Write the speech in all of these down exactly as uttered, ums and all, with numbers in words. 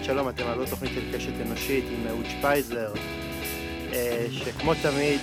שבת שלום, אתם עלו תוכנית של קשת אנושית עם אהוד שפייזר, שכמו תמיד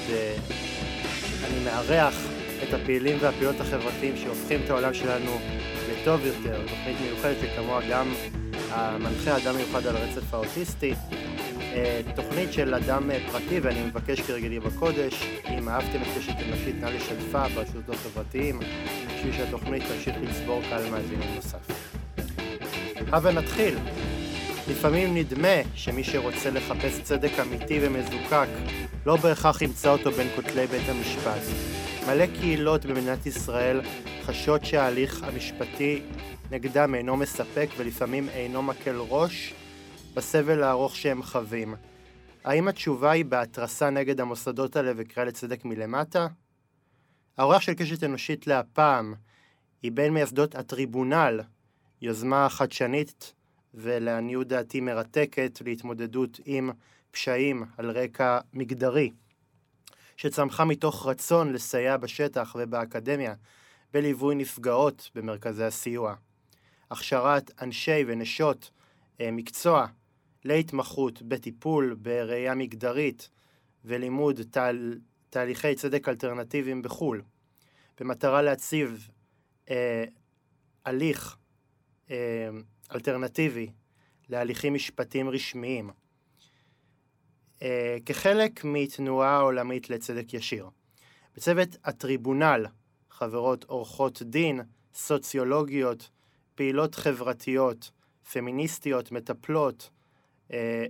אני מארח את הפעילים והפעילות החברתיים שהופכים את העולם שלנו לטוב יותר. תוכנית מיוחדת שכמוה גם המנחה אדם מיוחד על הרצף האוטיסטי, תוכנית של אדם פרטי, ואני מבקש כרגלי בקודש, אם אהבתם את קשת אנושית נא לשתפה ברשתות החברתיים בשביל שהתוכנית תמשיך לצבור קהל מאזינים נוסף. הבה נתחיל. לפעמים נדמה שמי שרוצה לחפש צדק אמיתי ומזוקק לא בהכרח ימצא אותו בין כותלי בית המשפט. מלא קהילות במדינת ישראל חשות שההליך המשפטי נגדם אינו מספק ולפעמים אינו מקל ראש בסבל הארוך שהם חווים. האם התשובה היא בהתרסה נגד המוסדות האלה וקריאה לצדק מלמטה? האורח של קשת אנושית להפעם היא בין מייסדות הטריבונל, יוזמה חדשנית ולעניות דעתי מרתקת להתמודדות עם פשעים על רקע מגדרי, שצמחה מתוך רצון לסייע בשטח ובאקדמיה בליווי נפגעות במרכזי הסיוע. הכשרת אנשי ונשות מקצוע להתמחות בטיפול בראייה מגדרית ולימוד תהל... תהליכי צדק אלטרנטיביים בחול, במטרה להציב אה, הליך אה, אלטרנטיבי להליכים משפטיים רשמיים, אה, כחלק מתנועה עולמית לצדק ישיר. בצוות הטריבונל חברות עורכות דין, סוציולוגיות, פעילות חברתיות, פמיניסטיות, מטפלות, אה,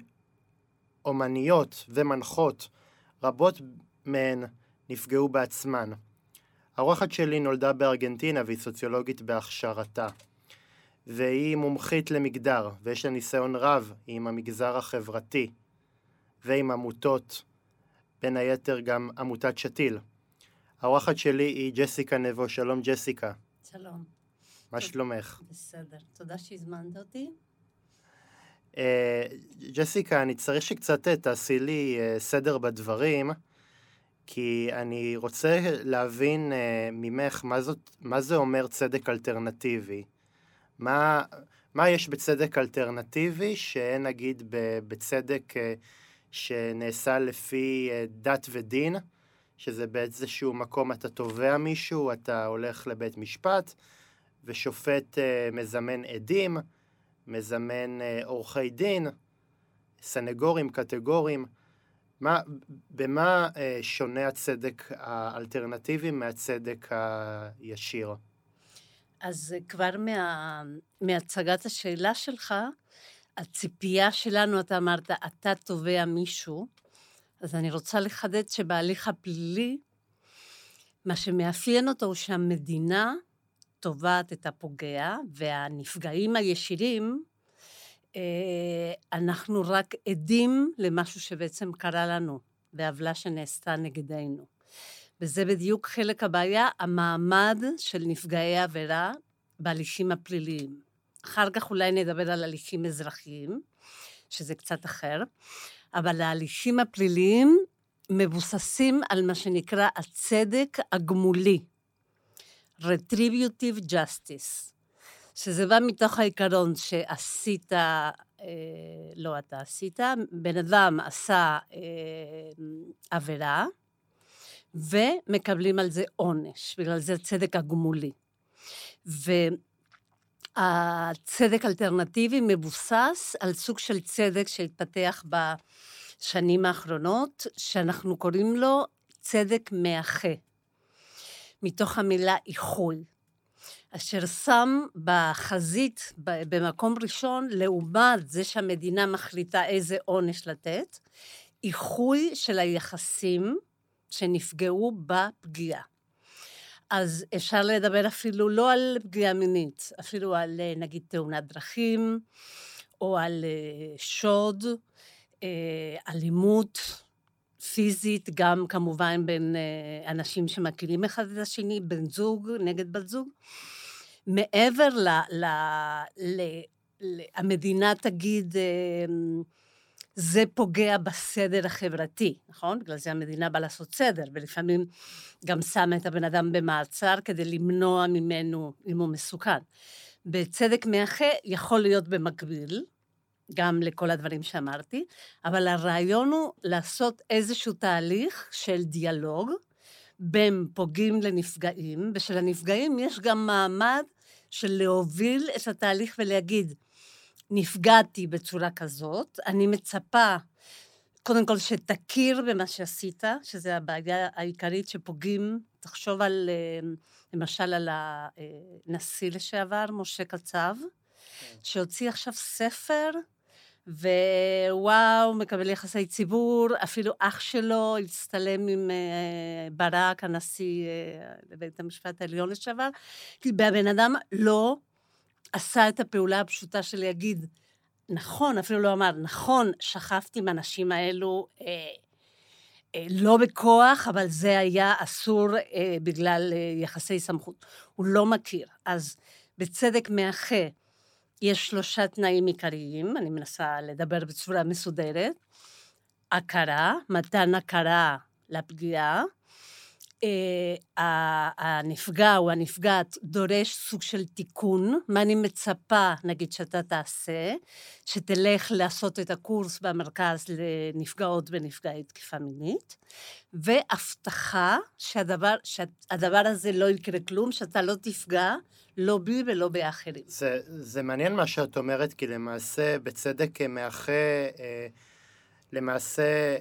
אומניות ומנחות, רבות מהן נפגעו בעצמן. האורחת שלי נולדה בארגנטינה והיא סוציולוגית בהכשרתה. והיא מומחית למגדר, ויש לה ניסיון רב עם המגזר החברתי ועם עמותות, בין היתר גם עמותת שתיל. האורחת שלי היא ג'סיקה נבו. שלום ג'סיקה. שלום. מה שלומך? בסדר, תודה שהזמנת אותי. ג'סיקה, אני צריך שקצת תעשי לי סדר בדברים, כי אני רוצה להבין ממך מה, זאת, מה זה אומר צדק אלטרנטיבי. מה, מה יש בצדק אלטרנטיבי שנגיד בצדק שנעשה לפי דת ודין, שזה באיזשהו מקום אתה תובע מישהו, אתה הולך לבית משפט, ושופט מזמן עדים, מזמן עורכי דין, סנגורים, קטגורים. מה, במה שונה הצדק האלטרנטיבי מהצדק הישיר? אז כבר מה, מהצגת השאלה שלך, הציפייה שלנו, אתה אמרת, אתה תובע מישהו, אז אני רוצה לחדד שבהליך הפלילי, מה שמאפיין אותו הוא שהמדינה תובעת את הפוגע, והנפגעים הישירים, אנחנו רק עדים למשהו שבעצם קרה לנו, בעוולה שנעשתה נגדנו. וזה בדיוק חלק הבעיה, המעמד של נפגעי עבירה בהליכים הפליליים. אחר כך אולי נדבר על הליכים אזרחיים, שזה קצת אחר, אבל ההליכים הפליליים מבוססים על מה שנקרא הצדק הגמולי, retributive justice, שזה בא מתוך העיקרון שעשית, אה, לא אתה עשית, בן אדם עשה אה, עבירה, ומקבלים על זה עונש, בגלל זה צדק הגמולי. והצדק אלטרנטיבי מבוסס על סוג של צדק שהתפתח בשנים האחרונות, שאנחנו קוראים לו צדק מאחה, מתוך המילה איחוי, אשר שם בחזית, במקום ראשון, לעומת זה שהמדינה מחליטה איזה עונש לתת, איחוי של היחסים שנפגעו בפגיעה. אז אפשר לדבר אפילו לא על פגיעה מינית, אפילו על נגיד תאונת דרכים, או על שוד, אלימות פיזית, גם כמובן בין אנשים שמכירים אחד את השני, בן זוג נגד בת זוג. מעבר ל... ל, ל, ל המדינה תגיד, זה פוגע בסדר החברתי, נכון? בגלל זה המדינה באה לעשות סדר, ולפעמים גם שמה את הבן אדם במעצר כדי למנוע ממנו אם הוא מסוכן. בצדק מאחה יכול להיות במקביל, גם לכל הדברים שאמרתי, אבל הרעיון הוא לעשות איזשהו תהליך של דיאלוג בין פוגעים לנפגעים, ושלנפגעים יש גם מעמד של להוביל את התהליך ולהגיד, נפגעתי בצורה כזאת, אני מצפה, קודם כל שתכיר במה שעשית, שזה הבעיה העיקרית שפוגעים, תחשוב על, למשל על הנשיא לשעבר, משה קצב, שהוציא עכשיו ספר, ווואו, מקבל יחסי ציבור, אפילו אח שלו הצטלם עם ברק, הנשיא לבית המשפט העליון לשעבר, כי הבן אדם לא עשה את הפעולה הפשוטה של להגיד, נכון, אפילו לא אמר, נכון, שכבתי עם האנשים האלו, אה, אה, לא בכוח, אבל זה היה אסור אה, בגלל אה, יחסי סמכות. הוא לא מכיר. אז בצדק מאחה, יש שלושה תנאים עיקריים, אני מנסה לדבר בצורה מסודרת, הכרה, מתן הכרה לפגיעה, הנפגע או הנפגעת דורש סוג של תיקון, מה אני מצפה, נגיד שאתה תעשה, שתלך לעשות את הקורס במרכז לנפגעות ונפגעי תקיפה מינית, והבטחה שהדבר, שהדבר הזה לא יקרה כלום, שאתה לא תפגע, לא בי ולא באחרים. זה, זה מעניין מה שאת אומרת, כי למעשה בצדק מאחה, למעשה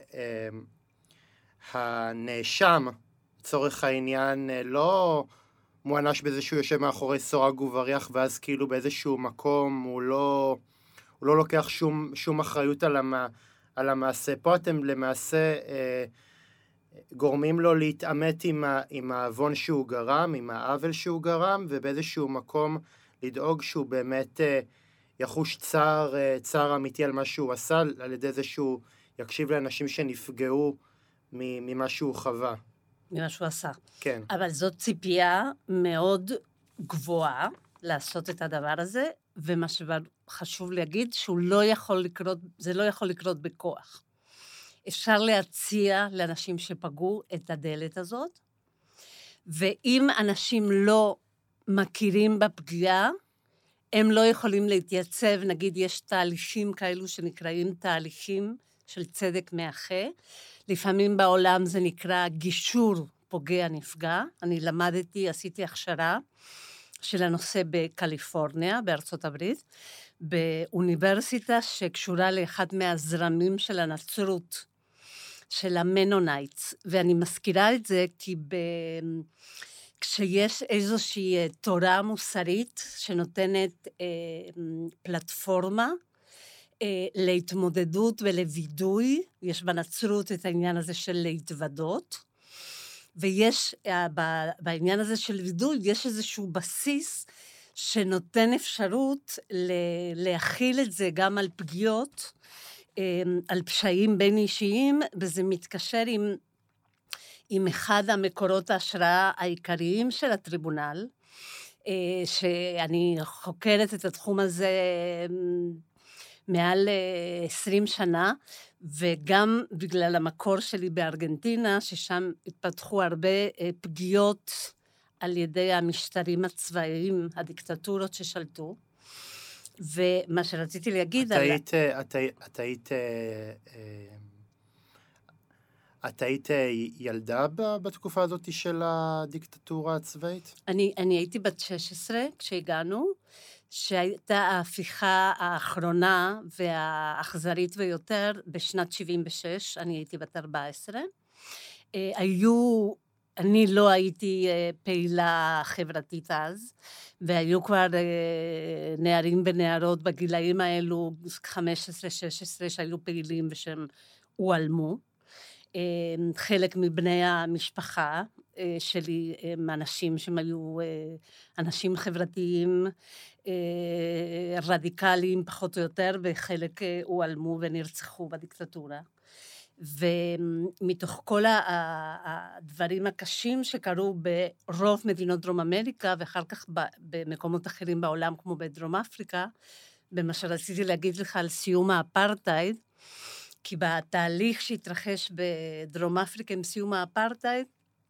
הנאשם, צורך העניין לא מואנש באיזשהו יושב מאחורי סורג ובריח, ואז כאילו באיזשהו מקום הוא לא, הוא לא לוקח שום, שום אחריות על, המע, על המעשה. פה אתם למעשה אה, גורמים לו להתעמת עם, ה, עם העוון שהוא גרם, עם העוול שהוא גרם, ובאיזשהו מקום לדאוג שהוא באמת אה, יחוש צער, אה, צער אמיתי על מה שהוא עשה, על ידי זה שהוא יקשיב לאנשים שנפגעו ממה שהוא חווה. ממה שהוא עשה. כן. אבל זאת ציפייה מאוד גבוהה לעשות את הדבר הזה, ומה שחשוב להגיד, שהוא לא יכול לקרות, זה לא יכול לקרות בכוח. אפשר להציע לאנשים שפגעו את הדלת הזאת, ואם אנשים לא מכירים בפגיעה, הם לא יכולים להתייצב, נגיד יש תהליכים כאלו שנקראים תהליכים של צדק מאחה, לפעמים בעולם זה נקרא גישור פוגע נפגע, אני למדתי, עשיתי הכשרה של הנושא בקליפורניה, בארצות הברית, באוניברסיטה שקשורה לאחד מהזרמים של הנצרות, של המנונייטס, ואני מזכירה את זה כי ב... כשיש איזושהי תורה מוסרית שנותנת אה, פלטפורמה, להתמודדות ולוידוי, יש בנצרות את העניין הזה של להתוודות, ויש בעניין הזה של וידוי, יש איזשהו בסיס שנותן אפשרות להכיל את זה גם על פגיעות, על פשעים בין אישיים, וזה מתקשר עם, עם אחד המקורות ההשראה העיקריים של הטריבונל, שאני חוקרת את התחום הזה מעל עשרים שנה, וגם בגלל המקור שלי בארגנטינה, ששם התפתחו הרבה פגיעות על ידי המשטרים הצבאיים, הדיקטטורות ששלטו, ומה שרציתי להגיד... את היית, את היית, את היית ילדה בתקופה הזאת של הדיקטטורה הצבאית? אני, אני הייתי בת שש עשרה כשהגענו, שהייתה ההפיכה האחרונה והאכזרית ביותר בשנת שבעים ושש, אני הייתי בת ארבע עשרה. היו, אני לא הייתי פעילה חברתית אז, והיו כבר נערים ונערות בגילאים האלו, חמש עשרה שש עשרה, שהיו פעילים ושהם הועלמו. חלק מבני המשפחה שלי הם אנשים שהם היו אנשים חברתיים, רדיקליים פחות או יותר, וחלק הועלמו ונרצחו בדיקטטורה. ומתוך כל הדברים הקשים שקרו ברוב מדינות דרום אמריקה, ואחר כך במקומות אחרים בעולם, כמו בדרום אפריקה, במה שרציתי להגיד לך על סיום האפרטהייד, כי בתהליך שהתרחש בדרום אפריקה עם סיום האפרטהייד,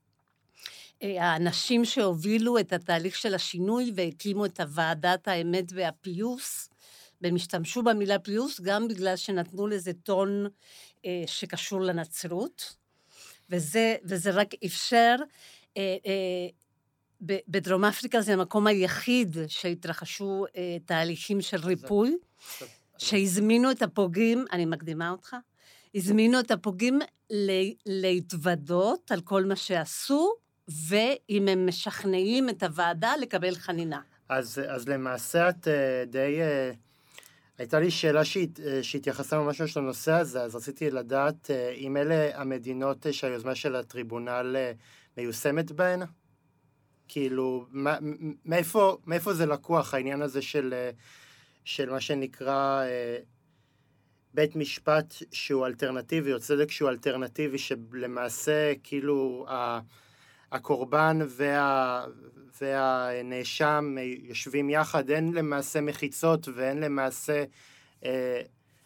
האנשים שהובילו את התהליך של השינוי והקימו את הוועדת האמת והפיוס והם השתמשו במילה פיוס גם בגלל שנתנו לזה טון אה, שקשור לנצרות, וזה, וזה רק אפשר, אה, אה, ב, בדרום אפריקה זה המקום היחיד שהתרחשו אה, תהליכים של ריפוי, שהזמינו את הפוגעים, אני מקדימה אותך, הזמינו את הפוגעים להתוודות על כל מה שעשו, ואם הם משכנעים את הוועדה לקבל חנינה. אז, אז למעשה את די... הייתה לי שאלה שהת, שהתייחסה ממש לנושא הזה, אז רציתי לדעת אם אלה המדינות שהיוזמה של הטריבונל מיושמת בהן? כאילו, מאיפה, מאיפה זה לקוח, העניין הזה של, של מה שנקרא בית משפט שהוא אלטרנטיבי, או צדק שהוא אלטרנטיבי, שלמעשה כאילו הקורבן וה, והנאשם יושבים יחד, אין למעשה מחיצות ואין למעשה אה,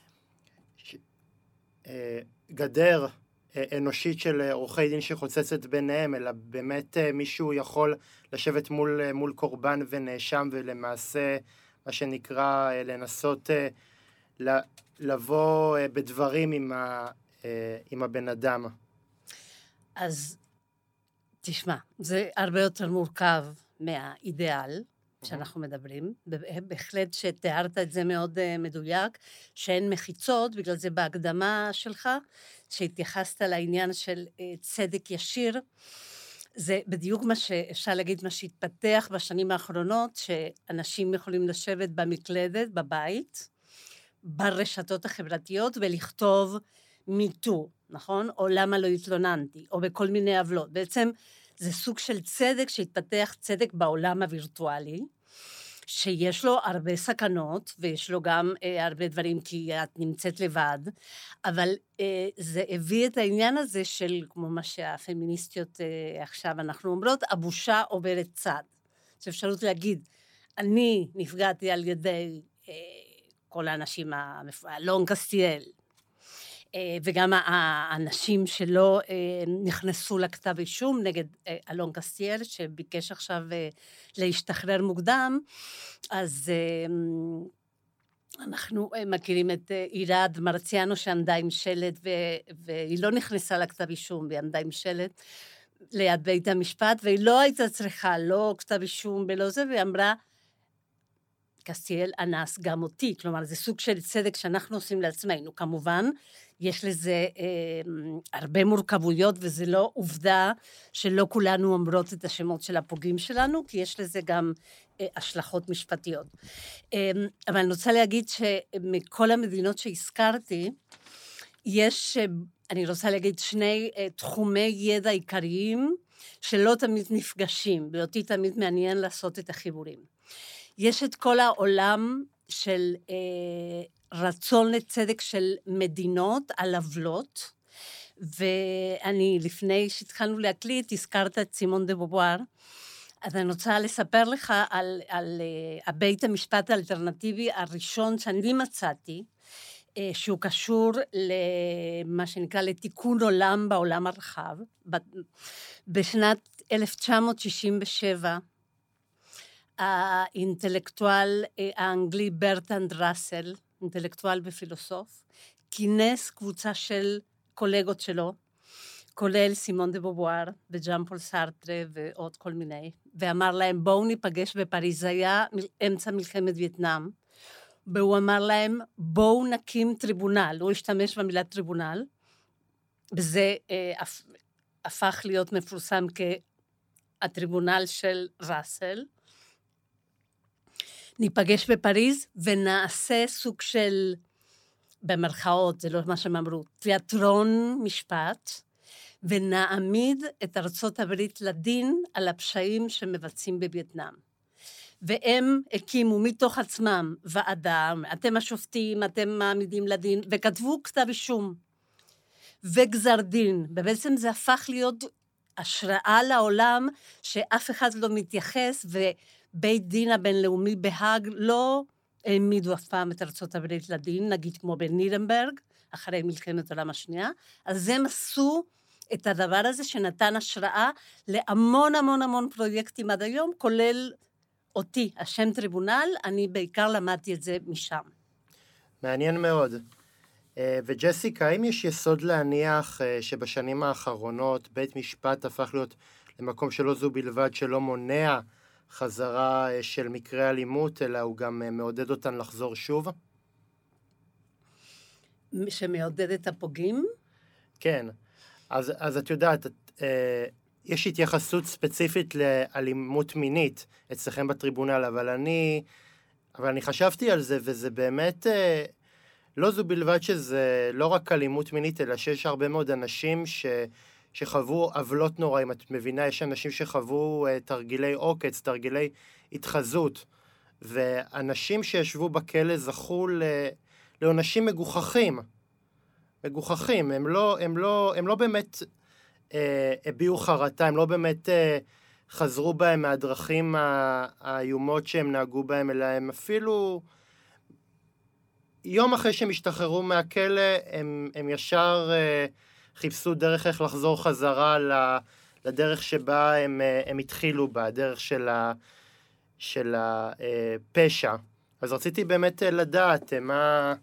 אה, גדר אה, אנושית של עורכי דין שחוצצת ביניהם, אלא באמת אה, מישהו יכול לשבת מול, אה, מול קורבן ונאשם, ולמעשה מה שנקרא אה, לנסות אה, לבוא אה, בדברים עם, ה, אה, עם הבן אדם. אז תשמע, זה הרבה יותר מורכב מהאידיאל שאנחנו מדברים. בהחלט שתיארת את זה מאוד מדויק, שאין מחיצות, בגלל זה בהקדמה שלך, שהתייחסת לעניין של צדק ישיר. זה בדיוק מה שאפשר להגיד, מה שהתפתח בשנים האחרונות, שאנשים יכולים לשבת במקלדת, בבית, ברשתות החברתיות, ולכתוב מיטו, נכון? או למה לא התלוננתי, או בכל מיני עוולות. בעצם זה סוג של צדק שהתפתח צדק בעולם הווירטואלי, שיש לו הרבה סכנות, ויש לו גם אה, הרבה דברים, כי את נמצאת לבד, אבל אה, זה הביא את העניין הזה של, כמו מה שהפמיניסטיות אה, עכשיו אנחנו אומרות, הבושה עוברת צד. זו אפשרות להגיד, אני נפגעתי על ידי אה, כל האנשים, אלון קסטיאל, וגם האנשים שלא נכנסו לכתב אישום נגד אלון קסטיאל, שביקש עכשיו להשתחרר מוקדם, אז אנחנו מכירים את עירד מרציאנו שעמדה עם שלט, והיא לא נכנסה לכתב אישום, והיא עמדה עם שלט ליד בית המשפט, והיא לא הייתה צריכה, לא כתב אישום ולא זה, והיא אמרה, קסטיאל אנס גם אותי, כלומר, זה סוג של צדק שאנחנו עושים לעצמנו. כמובן, יש לזה אה, הרבה מורכבויות, וזה לא עובדה שלא כולנו אומרות את השמות של הפוגעים שלנו, כי יש לזה גם אה, השלכות משפטיות. אה, אבל אני רוצה להגיד שמכל המדינות שהזכרתי, יש, אה, אני רוצה להגיד, שני אה, תחומי ידע עיקריים, שלא תמיד נפגשים, ואותי תמיד מעניין לעשות את החיבורים. יש את כל העולם של אה, רצון לצדק של מדינות על עוולות, ואני לפני שהתחלנו להקליט, הזכרת את סימון דה בובואר, אז אני רוצה לספר לך על, על uh, הבית המשפט האלטרנטיבי הראשון שאני מצאתי, uh, שהוא קשור למה שנקרא לתיקון עולם בעולם הרחב. בשנת אלף תשע מאות שישים ושבע, האינטלקטואל האנגלי ברטרנד ראסל, אינטלקטואל ופילוסוף, כינס קבוצה של קולגות שלו, כולל סימון דה בובואר וז'אן פול סארטרה ועוד כל מיני, ואמר להם, בואו ניפגש בפריז, זה היה אמצע מלחמת וייטנאם, והוא אמר להם, בואו נקים טריבונל, הוא השתמש במילה טריבונל, וזה אה, הפך להיות מפורסם כהטריבונל של ראסל, ניפגש בפריז ונעשה סוג של, במרכאות, זה לא מה שהם אמרו, תיאטרון משפט, ונעמיד את ארצות הברית לדין על הפשעים שמבצעים בווייטנאם. והם הקימו מתוך עצמם ועדה, אתם השופטים, אתם מעמידים לדין, וכתבו כתב אישום וגזר דין, ובעצם זה הפך להיות השראה לעולם שאף אחד לא מתייחס, ובית דין הבינלאומי בהאג לא העמידו אף פעם את ארצות הברית לדין, נגיד כמו בנירנברג, אחרי מלחמת העולם השנייה, אז הם עשו את הדבר הזה שנתן השראה להמון המון המון פרויקטים עד היום, כולל אותי, השם טריבונל, אני בעיקר למדתי את זה משם. מעניין מאוד. וג'סיקה, האם יש יסוד להניח שבשנים האחרונות בית משפט הפך להיות למקום שלא זו בלבד שלא מונע חזרה של מקרי אלימות, אלא הוא גם מעודד אותן לחזור שוב? שמעודד את הפוגעים? כן. אז, אז את יודעת, את, אה, יש התייחסות ספציפית לאלימות מינית אצלכם בטריבונל, אבל אני, אבל אני חשבתי על זה, וזה באמת, אה, לא זו בלבד שזה לא רק אלימות מינית, אלא שיש הרבה מאוד אנשים ש... שחוו עוולות נוראים. את מבינה, יש אנשים שחוו uh, תרגילי עוקץ, תרגילי התחזות, ואנשים שישבו בכלא זכו ל... לעונשים מגוחכים. מגוחכים, הם לא, הם לא, הם לא באמת uh, הביעו חרטה, הם לא באמת uh, חזרו בהם מהדרכים האיומות שהם נהגו בהם, אלא הם אפילו... יום אחרי שהם השתחררו מהכלא, הם, הם ישר... Uh, חיפשו דרך איך לחזור חזרה לדרך שבה הם, הם התחילו בה, הדרך של, ה, של הפשע. אז רציתי באמת לדעת, מה,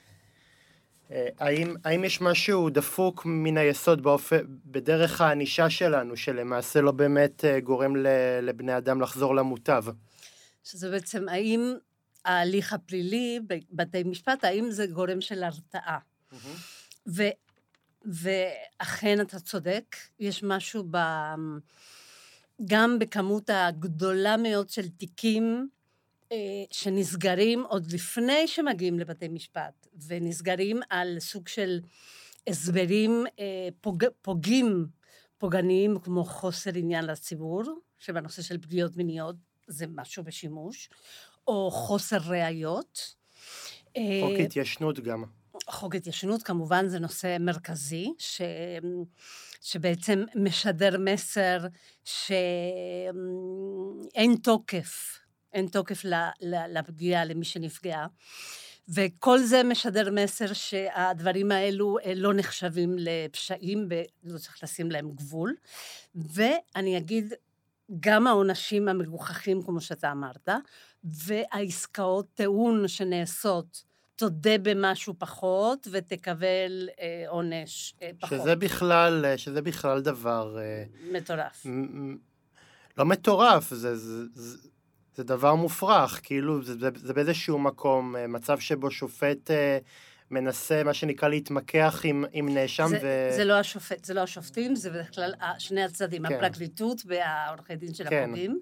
האם, האם יש משהו דפוק מן היסוד באופן, בדרך הענישה שלנו, שלמעשה לא באמת גורם לבני אדם לחזור למוטב? שזה בעצם, האם ההליך הפלילי בבתי משפט, האם זה גורם של הרתעה? Mm-hmm. ו... ואכן אתה צודק, יש משהו ב... גם בכמות הגדולה מאוד של תיקים אה, שנסגרים עוד לפני שמגיעים לבתי משפט, ונסגרים על סוג של הסברים אה, פוג... פוגעים, פוגעניים, כמו חוסר עניין לציבור, שבנושא של פגיעות מיניות זה משהו בשימוש, או חוסר ראיות. חוק אה, התיישנות גם. חוק התיישנות, כמובן, זה נושא מרכזי, ש... שבעצם משדר מסר שאין תוקף, אין תוקף לפגיעה, למי שנפגע, וכל זה משדר מסר שהדברים האלו לא נחשבים לפשעים, ולא צריך לשים להם גבול, ואני אגיד, גם העונשים המגוחכים, כמו שאתה אמרת, והעסקאות טיעון שנעשות, תודה במשהו פחות, ותקבל אה, עונש אה, פחות. שזה בכלל, שזה בכלל דבר... אה, מטורף. מ- לא מטורף, זה, זה, זה, זה דבר מופרך, כאילו, זה, זה, זה באיזשהו מקום, אה, מצב שבו שופט אה, מנסה, מה שנקרא, להתמקח עם, עם נאשם זה, ו... זה לא השופט, זה לא השופטים, זה בכלל שני הצדדים, כן. הפרקליטות והעורכי דין של כן. הפוגעים.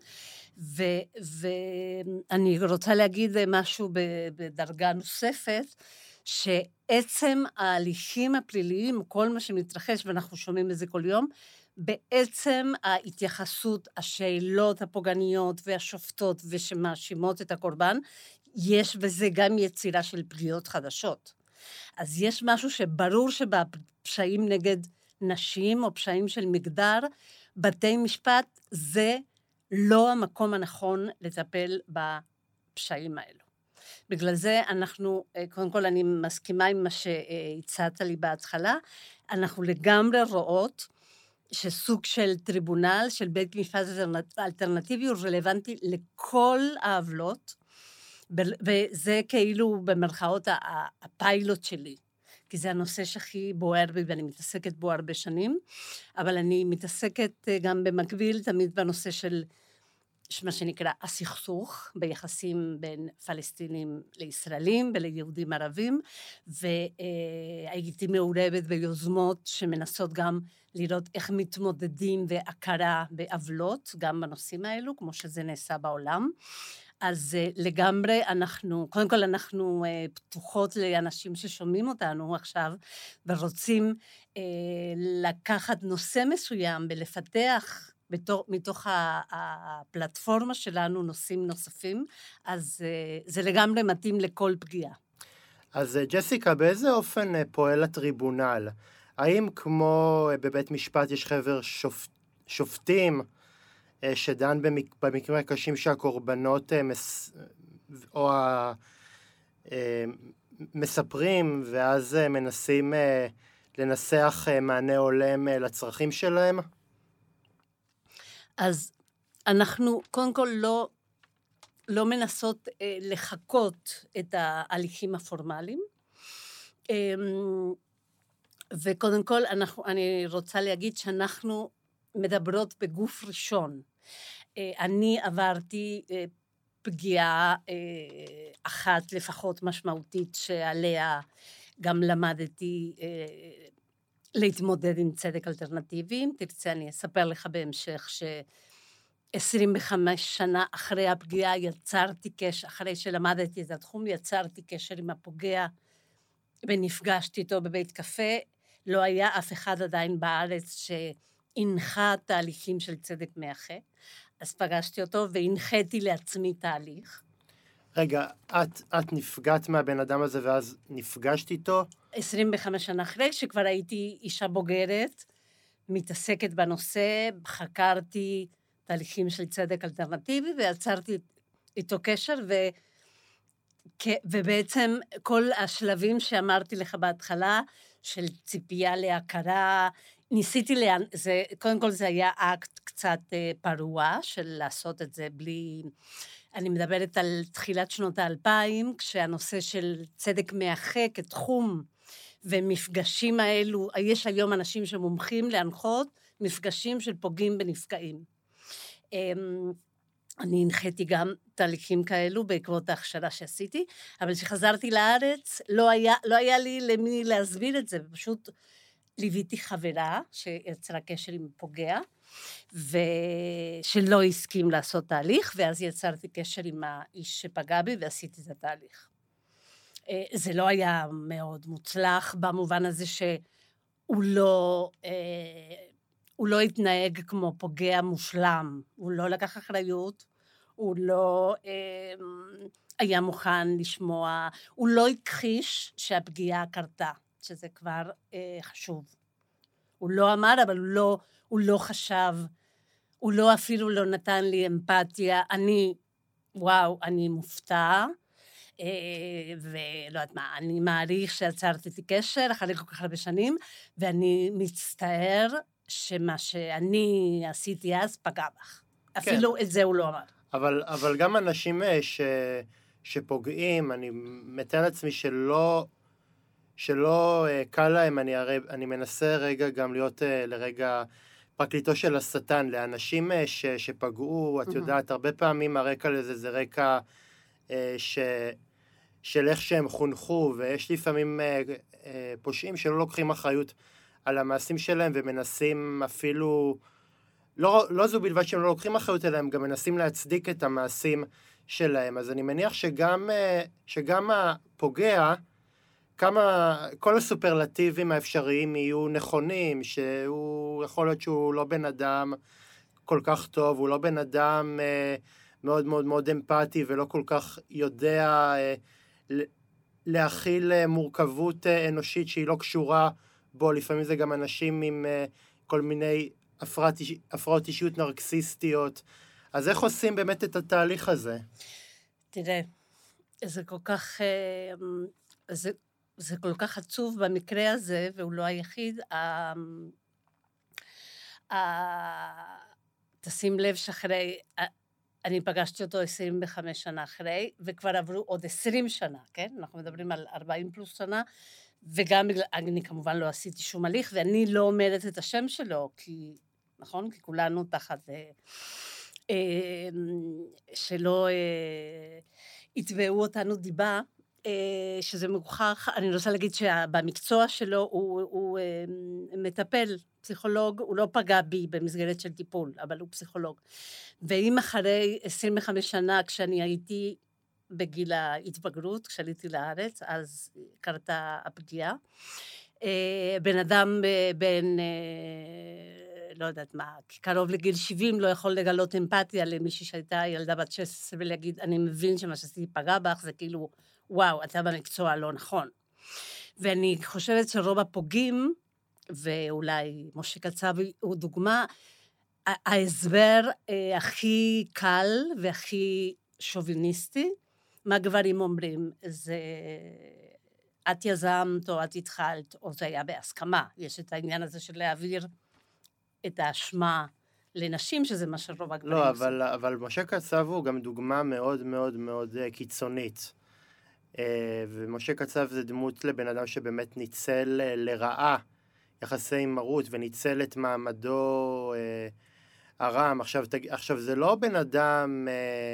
ואני רוצה להגיד משהו בדרגה נוספת, שעצם ההליכים הפליליים, כל מה שמתרחש, ואנחנו שומעים את זה כל יום, בעצם ההתייחסות, השאלות הפוגעניות והשופטות ושמאשימות את הקורבן, יש בזה גם יצירה של פגיעות חדשות. אז יש משהו שברור שבפשעים נגד נשים או פשעים של מגדר, בתי משפט זה לא המקום הנכון לטפל בפשעים האלו. בגלל זה אנחנו, קודם כל אני מסכימה עם מה שהצעת לי בהתחלה, אנחנו לגמרי רואות שסוג של טריבונל, של בית משפט אלטרנטיבי, הוא רלוונטי לכל העוולות, וזה כאילו במרכאות הפיילוט שלי, כי זה הנושא שהכי בוער בי, ואני מתעסקת בו הרבה שנים, אבל אני מתעסקת גם במקביל תמיד בנושא של מה שנקרא הסכסוך, ביחסים בין פלסטינים לישראלים וליהודים ערבים, והייתי מעורבת ביוזמות שמנסות גם לראות איך מתמודדים והכרה בעוולות, גם בנושאים האלו, כמו שזה נעשה בעולם. אז לגמרי אנחנו, קודם כל אנחנו פתוחות לאנשים ששומעים אותנו עכשיו, ורוצים לקחת נושא מסוים ולפתח בתור, מתוך הפלטפורמה שלנו נושאים נוספים, אז זה לגמרי מתאים לכל פגיעה. אז ג'סיקה, באיזה אופן פועל הטריבונל? האם כמו בבית משפט יש חבר שופ... שופטים, שדן במקרים הקשים שהקורבנות מס... או מספרים, ואז מנסים לנסח מענה הולם לצרכים שלהם? אז אנחנו קודם כל לא, לא מנסות לחכות את ההליכים הפורמליים, וקודם כל, אנחנו, אני רוצה להגיד שאנחנו מדברות בגוף ראשון. אני עברתי פגיעה אחת לפחות משמעותית שעליה גם למדתי להתמודד עם צדק אלטרנטיבי. אם תרצה, אני אספר לך בהמשך ש-עשרים וחמש שנה אחרי הפגיעה יצרתי קשר, אחרי שלמדתי את התחום, יצרתי קשר עם הפוגע ונפגשתי איתו בבית קפה. לא היה אף אחד עדיין בארץ שהנחה תהליכים של צדק מאחה. אז פגשתי אותו והנחיתי לעצמי תהליך. רגע, את, את נפגעת מהבן אדם הזה ואז נפגשת איתו? עשרים וחמש שנה אחרי, שכבר הייתי אישה בוגרת, מתעסקת בנושא, חקרתי תהליכים של צדק אלטרנטיבי, ויצרתי איתו קשר, ו... ובעצם כל השלבים שאמרתי לך בהתחלה, של ציפייה להכרה, ניסיתי, לה... זה, קודם כל זה היה אקט קצת פרוע, של לעשות את זה בלי... אני מדברת על תחילת שנות האלפיים, כשהנושא של צדק מאחה כתחום, ומפגשים האלו, יש היום אנשים שמומחים להנחות, מפגשים של פוגעים בנפגעים. אני הנחיתי גם תהליכים כאלו בעקבות ההכשרה שעשיתי, אבל כשחזרתי לארץ, לא היה, לא היה לי למי להסביר את זה, פשוט ליוויתי חברה שיצרה קשר עם פוגע, ושלא הסכים לעשות תהליך, ואז יצרתי קשר עם האיש שפגע בי ועשיתי את התהליך. זה לא היה מאוד מוצלח, במובן הזה שהוא לא, הוא לא התנהג כמו פוגע מושלם, הוא לא לקח אחריות, הוא לא היה מוכן לשמוע, הוא לא הכחיש שהפגיעה קרתה, שזה כבר חשוב. הוא לא אמר, אבל הוא לא, הוא לא חשב, הוא לא אפילו לא נתן לי אמפתיה, אני, וואו, אני מופתע, ולא יודעת מה, אני מעריך שעצרתי את הקשר אחרי כל כך הרבה שנים, ואני מצטער שמה שאני עשיתי אז פגע בך. כן. אפילו את זה הוא לא אמר. אבל, אבל גם אנשים ש, שפוגעים, אני מתאר לעצמי שלא, שלא קל להם, אני, הרי, אני מנסה רגע גם להיות לרגע פרקליטו של השטן, לאנשים ש, שפגעו, את יודעת, הרבה פעמים הרקע לזה זה רקע ש, של איך שהם חונכו, ויש לפעמים פושעים שלא לוקחים אחריות על המעשים שלהם, ומנסים אפילו, לא, לא זו בלבד שהם לא לוקחים אחריות אליהם, גם מנסים להצדיק את המעשים שלהם. אז אני מניח שגם, שגם הפוגע, כמה, כל הסופרלטיבים האפשריים יהיו נכונים, שהוא יכול להיות שהוא לא בן אדם כל כך טוב, הוא לא בן אדם מאוד מאוד מאוד אמפתי, ולא כל כך יודע להכיל מורכבות אנושית שהיא לא קשורה בו. לפעמים זה גם אנשים עם כל מיני הפרעות, הפרעות אישיות נרקסיסטיות. אז איך עושים באמת את התהליך הזה? תראה, זה כל כך, זה, זה כל כך עצוב במקרה הזה, והוא לא היחיד. תשים לב שאחרי, אני פגשתי אותו עשרים וחמש שנה אחרי, וכבר עברו עוד עשרים שנה, כן? אנחנו מדברים על ארבעים פלוס שנה, וגם אני כמובן לא עשיתי שום הליך, ואני לא אומרת את השם שלו, כי, נכון? כי כולנו תחת, אה, אה, שלא אה, יתבעו אותנו דיבה, אה, שזה מוכח. אני רוצה להגיד שבמקצוע שלו הוא, הוא אה, מטפל, פסיכולוג, הוא לא פגע בי במסגרת של טיפול, אבל הוא פסיכולוג. ואם אחרי עשרים וחמש שנה, כשאני הייתי בגיל ההתבגרות, כשעליתי לארץ, אז קרתה הפגיעה. בן אדם בין, לא יודעת מה, קרוב לגיל שבעים, לא יכול לגלות אמפתיה למישהי שהייתה ילדה בת שש עשרה, ולהגיד, אני מבין שמה שעשיתי פגע בך, זה כאילו, וואו, אתה במקצוע לא נכון. ואני חושבת שרוב הפוגעים, ואולי משה קצבי הוא דוגמה, ההסבר הכי קל והכי שוביניסטי, מה גברים אומרים, זה את יזמת או את התחלת, או זה היה בהסכמה. יש את העניין הזה של להעביר את האשמה לנשים, שזה מה שרוב הגברים לא, אבל, אבל משה קצב הוא גם דוגמה מאוד מאוד מאוד קיצונית. ומשה קצב זה דמות לבן אדם שבאמת ניצל לרעה יחסי מרות, וניצל את מעמדו הרם. עכשיו, עכשיו זה לא בן אדם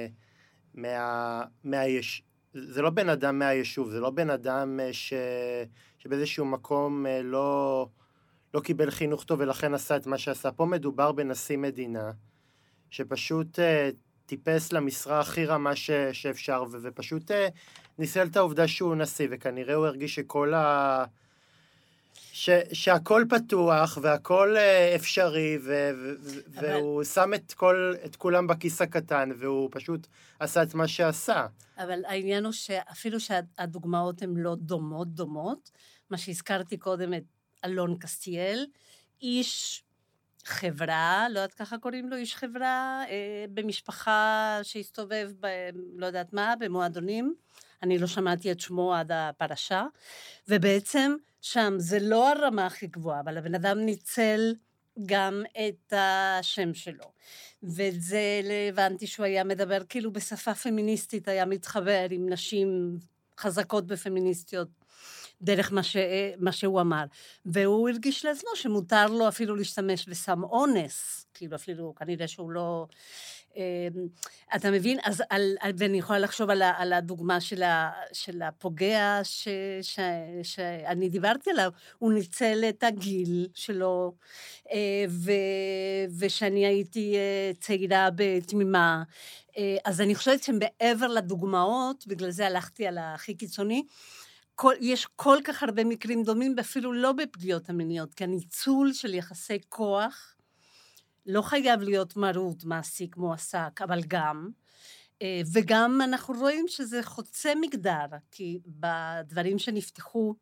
מה, מהיש... זה לא בן אדם מהיישוב, זה לא בן אדם ש... שבאיזשהו מקום לא, לא קיבל חינוך טוב ולכן עשה את מה שעשה. פה מדובר בנשיא מדינה, שפשוט טיפס למשרה הכי רמה ש... שאפשר, ו... ופשוט ניסל את העובדה שהוא נשיא, וכנראה הוא הרגיש שכל ה... ש... שהכל פתוח והכל אפשרי, ו... ו... אבל... והוא שם את, כל... את כולם בכיס הקטן, והוא פשוט עשה את מה שעשה. אבל העניין הוא שאפילו שהדוגמאות הן לא דומות, דומות, מה שהזכרתי קודם את אלון קסטיאל, איש חברה, לא יודעת ככה קוראים לו, איש חברה, אה, במשפחה שהסתובב, ב... לא יודעת מה, במועדונים, אני לא שמעתי את שמו עד הפרשה, ובעצם שם זה לא הרמה הכי גבוהה, אבל הבן אדם ניצל גם את השם שלו. וזה הבנתי שהוא היה מדבר כאילו בשפה פמיניסטית, היה מתחבר עם נשים חזקות בפמיניסטיות, דרך מה, ש... מה שהוא אמר. והוא הרגיש לעצמו שמותר לו אפילו להשתמש בסם אונס, כאילו אפילו כנראה שהוא לא... אתה מבין? אז על, על, ואני יכולה לחשוב על, ה, על הדוגמה של, ה, של הפוגע ש, ש, שאני דיברתי עליו, הוא ניצל את הגיל שלו, ו, ושאני הייתי צעירה בתמימה. אז אני חושבת שמעבר לדוגמאות, בגלל זה הלכתי על הכי קיצוני, כל, יש כל כך הרבה מקרים דומים, ואפילו לא בפגיעות המיניות, כי הניצול של יחסי כוח, לא חייב להיות מרות, מעסיק, מועסק, אבל גם, וגם אנחנו רואים שזה חוצה מגדר, כי בדברים שנפתחו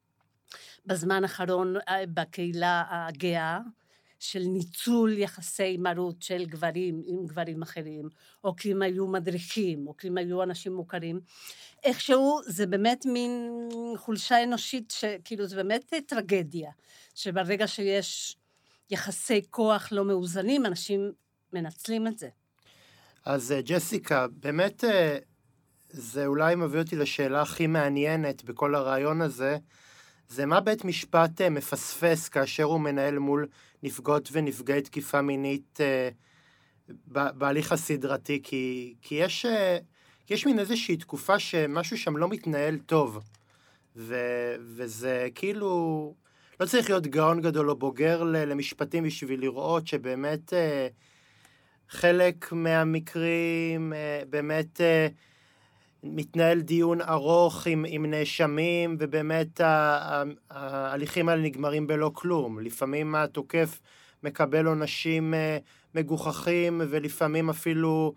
בזמן האחרון בקהילה הגאה, של ניצול יחסי מרות של גברים עם גברים אחרים, או כי הם היו מדריכים, או כי הם היו אנשים מוכרים, איכשהו זה באמת מין חולשה אנושית, שכאילו זה באמת טרגדיה, שברגע שיש יחסי כוח לא מאוזנים, אנשים מנצלים את זה. אז ג'סיקה, באמת זה אולי מביא אותי לשאלה הכי מעניינת בכל הרעיון הזה, זה מה בית משפט מפספס כאשר הוא מנהל מול נפגעות ונפגעי תקיפה מינית בהליך הסדרתי, כי, כי יש, כי יש מין איזושהי תקופה שמשהו שם לא מתנהל טוב, ו, וזה כאילו... לא צריך להיות גאון גדול או בוגר למשפטים בשביל לראות שבאמת חלק מהמקרים באמת מתנהל דיון ארוך עם, עם נאשמים, ובאמת ההליכים האלה נגמרים בלא כלום. לפעמים התוקף מקבל עונשים מגוחכים, ולפעמים אפילו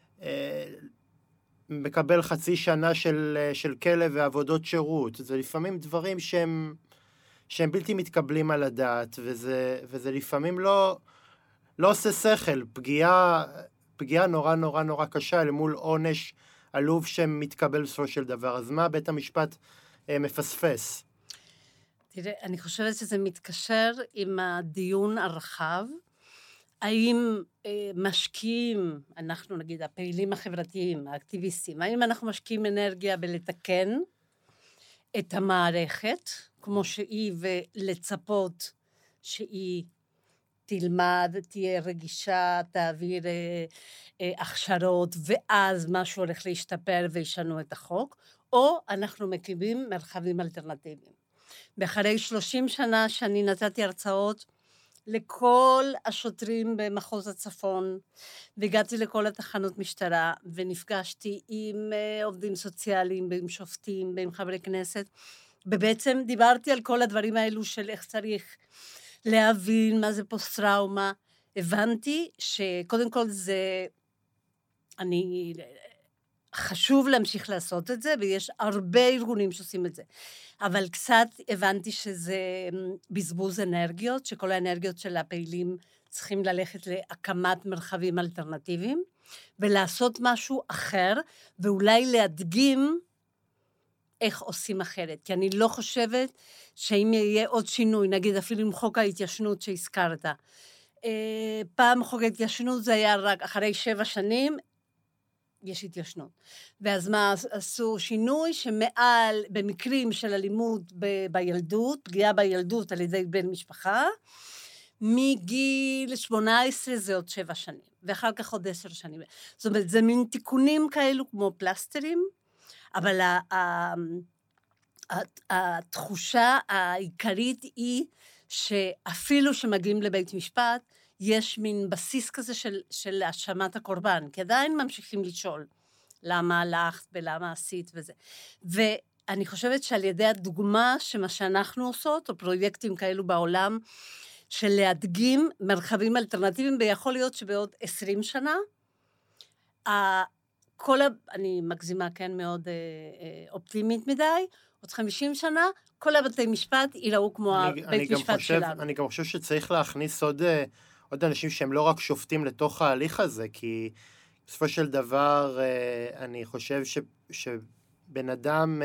מקבל חצי שנה של, של כלא ועבודות שירות. זה לפעמים דברים שהם... שהם בלתי מתקבלים על הדעת, וזה, וזה לפעמים לא, לא עושה שכל, פגיעה, פגיעה נורא נורא נורא קשה אל מול עונש עלוב שמתקבל בסופו של דבר. אז מה בית המשפט אה, מפספס? תראה, אני חושבת שזה מתקשר עם הדיון הרחב, האם אה, משקיעים, אנחנו נגיד הפעילים החברתיים, האקטיביסטים, האם אנחנו משקיעים אנרגיה בלתקן את המערכת, כמו שהיא, ולצפות שהיא תלמד, תהיה רגישה, תעביר אה, אה, הכשרות, ואז משהו הולך להשתפר וישנו את החוק, או אנחנו מקימים מרחבים אלטרנטיביים. ואחרי שלושים שנה שאני נתתי הרצאות לכל השוטרים במחוז הצפון, והגעתי לכל התחנות משטרה, ונפגשתי עם אה, עובדים סוציאליים, עם שופטים, עם חברי כנסת, ובעצם דיברתי על כל הדברים האלו של איך צריך להבין מה זה פוסט-טראומה. הבנתי שקודם כל זה, אני, חשוב להמשיך לעשות את זה, ויש הרבה ארגונים שעושים את זה. אבל קצת הבנתי שזה בזבוז אנרגיות, שכל האנרגיות של הפעילים צריכים ללכת להקמת מרחבים אלטרנטיביים, ולעשות משהו אחר, ואולי להדגים איך עושים אחרת, כי אני לא חושבת שאם יהיה עוד שינוי, נגיד אפילו עם חוק ההתיישנות שהזכרת, פעם חוק ההתיישנות זה היה רק אחרי שבע שנים, יש התיישנות. ואז מה עשו שינוי שמעל, במקרים של אלימות ב- בילדות, פגיעה בילדות על ידי בן משפחה, מגיל שמונה עשרה זה עוד שבע שנים, ואחר כך עוד עשר שנים. זאת אומרת, זה מין תיקונים כאלו כמו פלסטרים, אבל ה- ה- ה- התחושה העיקרית היא שאפילו שמגיעים לבית משפט, יש מין בסיס כזה של, של האשמת הקורבן, כי עדיין ממשיכים לשאול למה הלכת ולמה עשית וזה. ואני חושבת שעל ידי הדוגמה שמה שאנחנו עושות, או פרויקטים כאלו בעולם, של להדגים מרחבים אלטרנטיביים, ויכול להיות שבעוד עשרים שנה, כל ה... אני מגזימה, כן, מאוד אה, אה, אופטימית מדי, עוד חמישים שנה, כל הבתי משפט ייראו כמו אני, הבית אני משפט חושב, שלנו. אני גם חושב שצריך להכניס עוד, עוד אנשים שהם לא רק שופטים לתוך ההליך הזה, כי בסופו של דבר, אני חושב ש, שבן אדם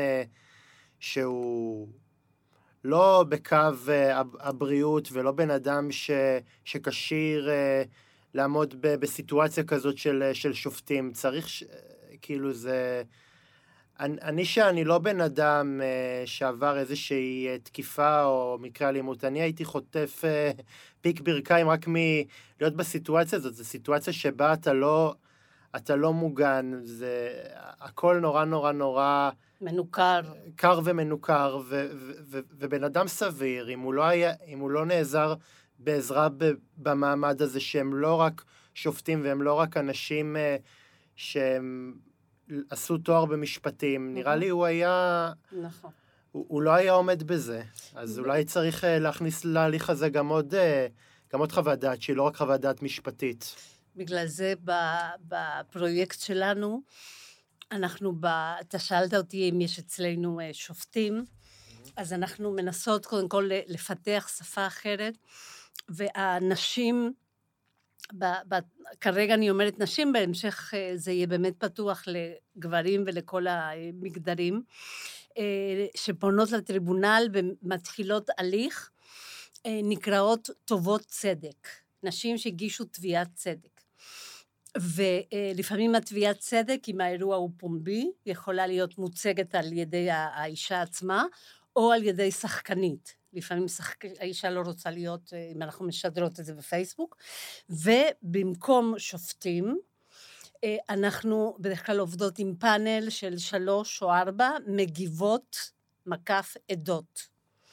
שהוא לא בקו הבריאות, ולא בן אדם ש, שקשיר לעמוד ב, בסיטואציה כזאת של, של שופטים, צריך, ש, כאילו זה... אני, אני שאני לא בן אדם uh, שעבר איזושהי uh, תקיפה או מקרה אלימות, אני הייתי חוטף uh, פיק ברכיים רק מלהיות בסיטואציה הזאת, זו סיטואציה שבה אתה לא, אתה לא מוגן, זה הכל נורא נורא נורא... מנוכר. קר ומנוכר, ו, ו, ו, ובן אדם סביר, אם הוא לא, היה, אם הוא לא נעזר בעזרה ב, במעמד הזה, שהם לא רק שופטים והם לא רק אנשים uh, שהם... עשו תואר במשפטים, נראה לי הוא היה... נכון. הוא, הוא לא היה עומד בזה, אז אולי צריך להכניס להליך הזה גם עוד, גם עוד חוות דעת, שהיא לא רק חוות דעת משפטית. בגלל זה בפרויקט שלנו, אנחנו, אתה שאלת אותי אם יש אצלנו שופטים, אז אנחנו מנסות קודם כל לפתח שפה אחרת, והנשים... ב, ב, כרגע אני אומרת נשים, בהמשך זה יהיה באמת פתוח לגברים ולכל המגדרים, שפונות לטריבונל ומתחילות הליך, נקראות טובות צדק, נשים שהגישו תביעת צדק. ולפעמים התביעת צדק, אם האירוע הוא פומבי, יכולה להיות מוצגת על ידי האישה עצמה, או על ידי שחקנית. לפעמים שחק... האישה לא רוצה להיות, אם אנחנו משדרות את זה בפייסבוק, ובמקום שופטים, אנחנו בדרך כלל עובדות עם פאנל של שלוש או ארבע, מגיבות מקף עדות.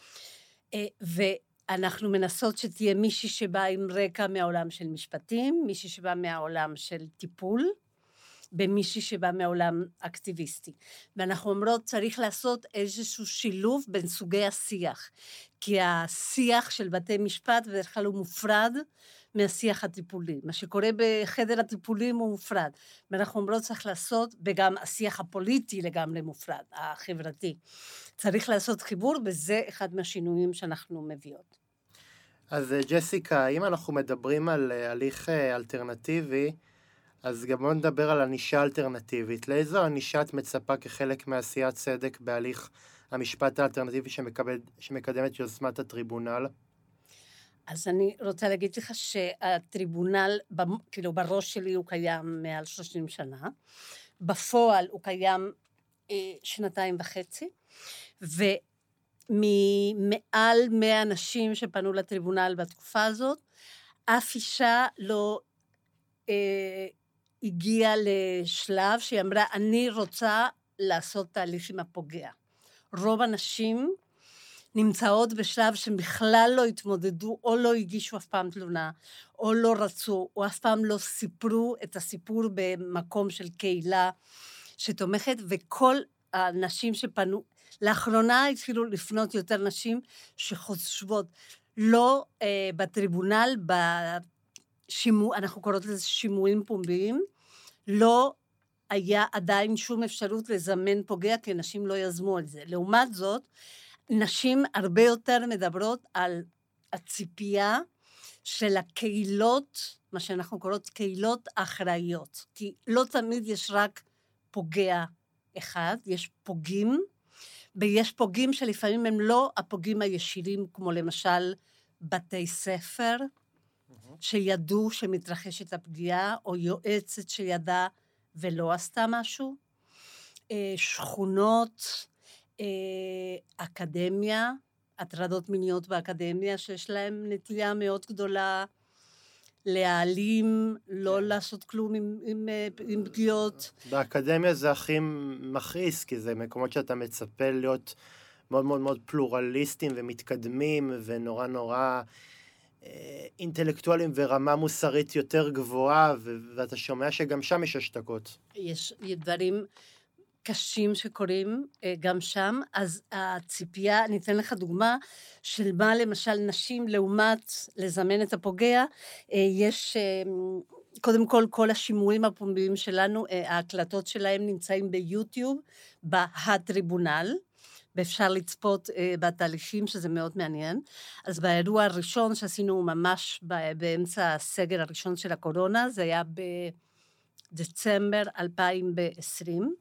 ואנחנו מנסות שתהיה מישהי שבאה עם רקע מהעולם של משפטים, מישהי שבאה מהעולם של טיפול, במישהי שבא מעולם אקטיביסטי. ואנחנו אומרות, צריך לעשות איזשהו שילוב בין סוגי השיח, כי השיח של בתי משפט בדרך כלל הוא מופרד מהשיח הטיפולי. מה שקורה בחדר הטיפולים הוא מופרד. ואנחנו אומרות, צריך לעשות, וגם השיח הפוליטי לגמרי מופרד, החברתי. צריך לעשות חיבור, וזה אחד מהשינויים שאנחנו מביאות. אז ג'סיקה, אם אנחנו מדברים על הליך אלטרנטיבי, אז גם בוא נדבר על ענישה אלטרנטיבית. לאיזו ענישה את מצפה כחלק מעשיית צדק בהליך המשפט האלטרנטיבי שמקבל, שמקדם את יוזמת הטריבונל? אז אני רוצה להגיד לך שהטריבונל, כאילו בראש שלי הוא קיים מעל שלושים שנה, בפועל הוא קיים אה, שנתיים וחצי, ומעל מאה אנשים שפנו לטריבונל בתקופה הזאת, אף אישה לא... אה, הגיעה לשלב שהיא אמרה, אני רוצה לעשות תהליך עם הפוגע. רוב הנשים נמצאות בשלב שבכלל לא התמודדו, או לא הגישו אף פעם תלונה, או לא רצו, או אף פעם לא סיפרו את הסיפור במקום של קהילה שתומכת, וכל הנשים שפנו, לאחרונה התחילו לפנות יותר נשים שחושבות, לא אה, בטריבונל, בשימוע, אנחנו קוראות לזה שימועים פומביים, לא היה עדיין שום אפשרות לזמן פוגע, כי נשים לא יזמו על זה. לעומת זאת, נשים הרבה יותר מדברות על הציפייה של הקהילות, מה שאנחנו קוראות קהילות אחראיות. כי לא תמיד יש רק פוגע אחד, יש פוגעים, ויש פוגעים שלפעמים הם לא הפוגעים הישירים, כמו למשל בתי ספר, שידעו שמתרחשת הפגיעה, או יועצת שידעה ולא עשתה משהו, שכונות, אקדמיה, הטרדות מיניות באקדמיה, שיש להם נטייה מאוד גדולה להעלים, לא לעשות כלום עם, עם, עם פגיעות. באקדמיה זה הכי מכעיס, כי זה מקומות שאתה מצפה להיות מאוד מאוד מאוד פלורליסטים ומתקדמים, ונורא נורא אה, אינטלקטואלים ורמה מוסרית יותר גבוהה, ו- ואתה שומע שגם שם יש השתקות. יש דברים קשים שקורים גם שם, אז הציפייה, אני אתן לך דוגמה, של מה למשל נשים לעומת לזמן את הפוגע, יש קודם כל כל השימועים הפומביים שלנו, ההקלטות שלהם נמצאים ביוטיוב, בהטריבונל, ואפשר לצפות בתהליכים שזה מאוד מעניין. אז באירוע הראשון שעשינו ממש באמצע הסגר הראשון של הקורונה, זה היה בדצמבר אלפיים ועשרים,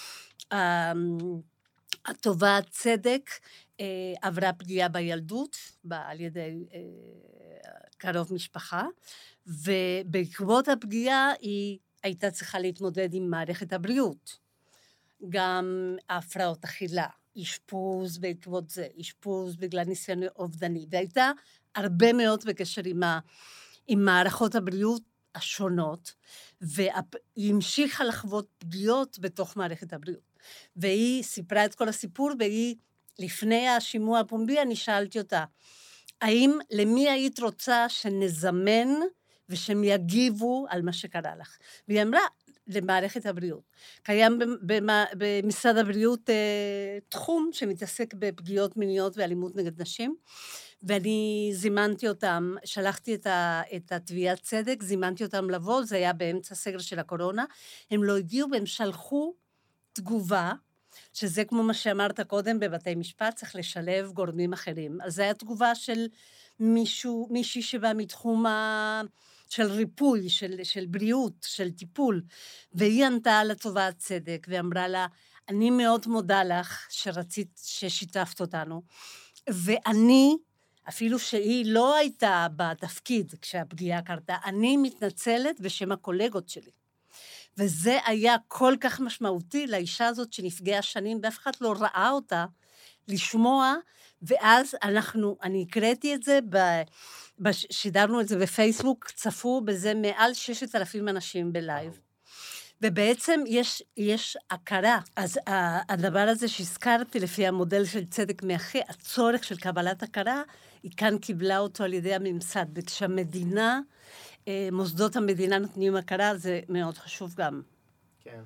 התובעת צדק עברה פגיעה בילדות, על ידי קרוב משפחה, ובעקבות הפגיעה היא הייתה צריכה להתמודד עם מערכת הבריאות, גם הפרעות אכילה, אשפוז בעקבות זה, אשפוז בגלל ניסיון אובדני, והייתה הרבה מאוד בקשר עם, ה, עם מערכות הבריאות השונות, והיא המשיכה לחוות פגיעות בתוך מערכת הבריאות. והיא סיפרה את כל הסיפור, והיא, לפני השימוע הפומבי, אני שאלתי אותה, האם למי היית רוצה שנזמן, ושהם יגיבו על מה שקרה לך? והיא אמרה, למערכת הבריאות. קיים במשרד הבריאות תחום שמתעסק בפגיעות מיניות ואלימות נגד נשים, ואני זימנתי אותם, שלחתי את, ה, את התביעת צדק, זימנתי אותם לבוא, זה היה באמצע סגר של הקורונה, הם לא הגיעו והם שלחו תגובה, שזה כמו מה שאמרת קודם בבתי משפט, צריך לשלב גורמים אחרים. אז זו הייתה תגובה של מישהו, מישהי שבא מתחום ה... של ריפוי, של, של בריאות, של טיפול, והיא ענתה לתובעת צדק, ואמרה לה, אני מאוד מודה לך שרצית ששיתפת אותנו, ואני, אפילו שהיא לא הייתה בתפקיד כשהפגיעה קרתה, אני מתנצלת בשם הקולגות שלי. וזה היה כל כך משמעותי לאישה הזאת שנפגעה שנים, ואף אחד לא ראה אותה, לשמוע, ואז אנחנו, אני הקראתי את זה, ב, שידרנו את זה בפייסבוק, צפו בזה מעל ששת אלפים אנשים בלייב. ובעצם יש, יש הכרה. אז הדבר הזה שהזכרתי לפי המודל של צדק מאחה, הצורך של קבלת הכרה, היא כאן קיבלה אותו על ידי הממסד, וכשהמדינה, מוסדות המדינה נותנים הכרה, זה מאוד חשוב גם. כן.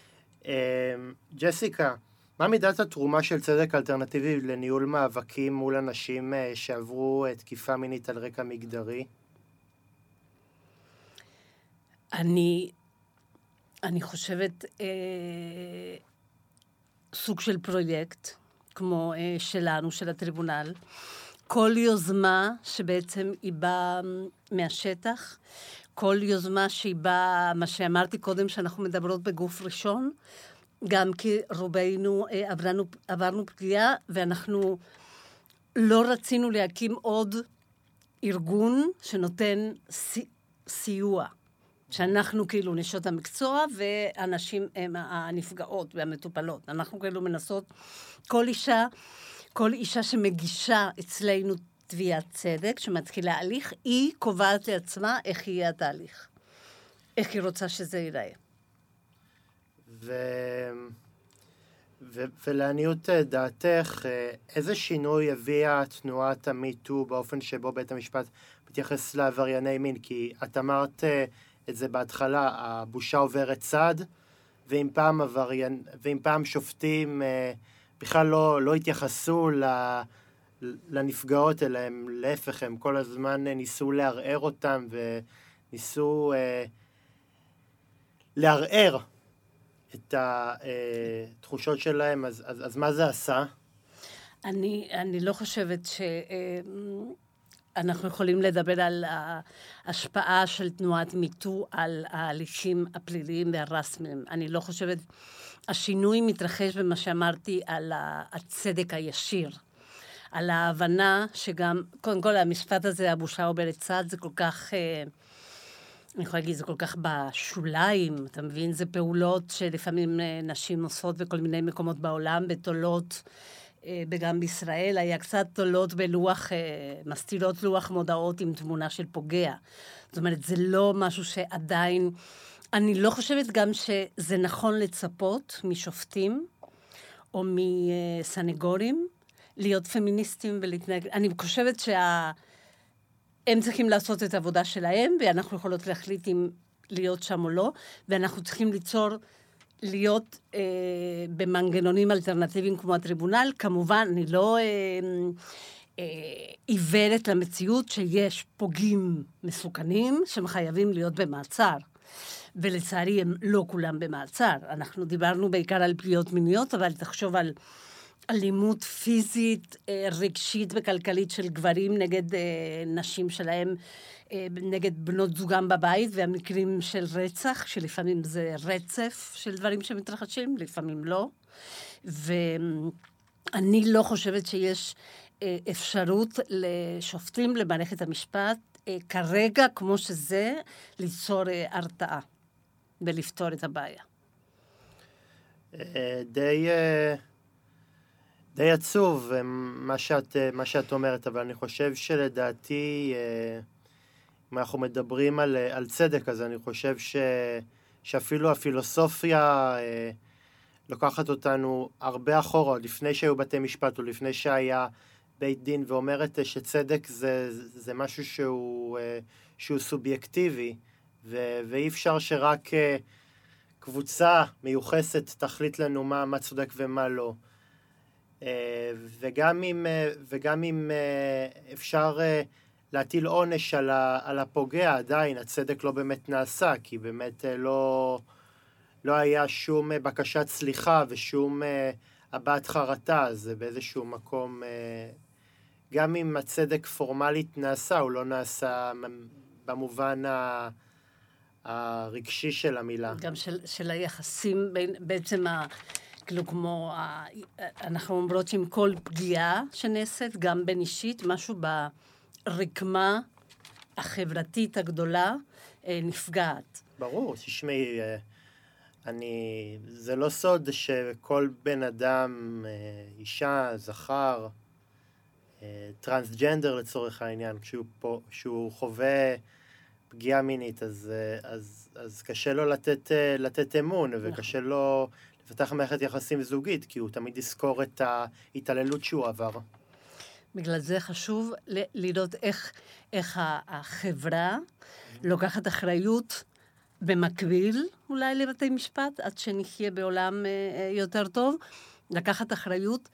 ג'סיקה, מה מידת התרומה של צדק אלטרנטיבי לניהול מאבקים מול אנשים שעברו תקיפה מינית על רקע מגדרי? אני, אני חושבת אה, סוג של פרויקט, כמו אה, שלנו, של הטריבונל, כל יוזמה שבעצם היא באה מהשטח, כל יוזמה שהיא באה, מה שאמרתי קודם, שאנחנו מדברות בגוף ראשון, גם כי רובנו עברנו, עברנו פגיעה, ואנחנו לא רצינו להקים עוד ארגון שנותן סי, סיוע, שאנחנו כאילו נשות המקצוע, ואנשים הם הנפגעות והמטופלות. אנחנו כאילו מנסות, כל אישה, כל אישה שמגישה אצלנו תביעת צדק, שמתחילה הליך, היא קובעת לעצמה איך יהיה התהליך. איך היא רוצה שזה ייראה. ו... ו... ולעניות דעתך, איזה שינוי הביאה תנועת המיטו באופן שבו בית המשפט מתייחס לעברייני מין? כי את אמרת את זה בהתחלה, הבושה עוברת צד, ואם פעם, עבריין... ואם פעם שופטים בכלל לא, לא התייחסו ל... לנפגעות, אלא הם להפך, הם כל הזמן ניסו לערער אותם, וניסו אה, לערער את התחושות שלהם, אז, אז, אז מה זה עשה? אני, אני לא חושבת שאנחנו יכולים לדבר על ההשפעה של תנועת מיטו על ההליכים הפליליים והרסמיים. אני לא חושבת, השינוי מתרחש במה שאמרתי על הצדק הישיר. על ההבנה שגם, קודם כל, המשפט הזה, הבושה עוברת צד, זה כל כך אה, אני יכולה להגיד, זה כל כך בשוליים, אתה מבין? זה פעולות שלפעמים נשים עושות בכל מיני מקומות בעולם, בתולות, וגם בישראל, היה קצת תולות בלוח, מסתירות לוח מודעות עם תמונה של פוגע. זאת אומרת, זה לא משהו שעדיין... אני לא חושבת גם שזה נכון לצפות משופטים, או מסנגורים, להיות פמיניסטים ולהתנהג... אני חושבת שה... הם צריכים לעשות את העבודה שלהם, ואנחנו יכולות להחליט אם להיות שם או לא, ואנחנו צריכים ליצור, להיות אה, במנגנונים אלטרנטיביים כמו הטריבונל. כמובן, אני לא אה, אה, עיוורת למציאות שיש פוגעים מסוכנים, שהם חייבים להיות במעצר. ולצערי הם לא כולם במעצר. אנחנו דיברנו בעיקר על פגיעות מיניות, אבל תחשוב על אלימות פיזית, רגשית וכלכלית של גברים נגד נשים שלהם, נגד בנות זוגם בבית, והמקרים של רצח, שלפעמים זה רצף של דברים שמתרחשים, לפעמים לא. ואני לא חושבת שיש אפשרות לשופטים למערכת המשפט, כרגע, כמו שזה, ליצור הרתעה ולפתור את הבעיה. די... די עצוב מה שאת, מה שאת אומרת, אבל אני חושב שלדעתי, אם אנחנו מדברים על, על צדק, אז אני חושב ש, שאפילו הפילוסופיה לוקחת אותנו הרבה אחורה, לפני שהיו בתי משפט, או לפני שהיה בית דין, ואומרת שצדק זה, זה משהו שהוא, שהוא סובייקטיבי, ו, ואי אפשר שרק קבוצה מיוחסת תחליט לנו מה, מה צודק ומה לא. וגם אם, וגם אם אפשר להטיל עונש על, ה, על הפוגע, עדיין הצדק לא באמת נעשה, כי באמת לא, לא היה שום בקשת סליחה ושום הבעת חרטה, אז באיזשהו מקום, גם אם הצדק פורמלית נעשה, הוא לא נעשה במובן ה, הרגשי של המילה. גם של, של היחסים בין, בעצם ה... כאילו כמו, אנחנו אומרות שעם כל פגיעה שנעשית, גם בין אישית, משהו ברקמה החברתית הגדולה נפגעת. ברור, תשמעי, אני, זה לא סוד שכל בן אדם, אישה, זכר, טרנסג'נדר לצורך העניין, כשהוא, פה, כשהוא חווה פגיעה מינית, אז, אז, אז קשה לו לתת, לתת אמון, וקשה לו לפתח מערכת יחסים זוגית, כי הוא תמיד יזכור את ההתעללות שהוא עבר. בגלל זה חשוב לראות איך, איך החברה לוקחת אחריות במקביל, אולי לבתי משפט, עד שנחיה בעולם יותר טוב, לקחת אחריות,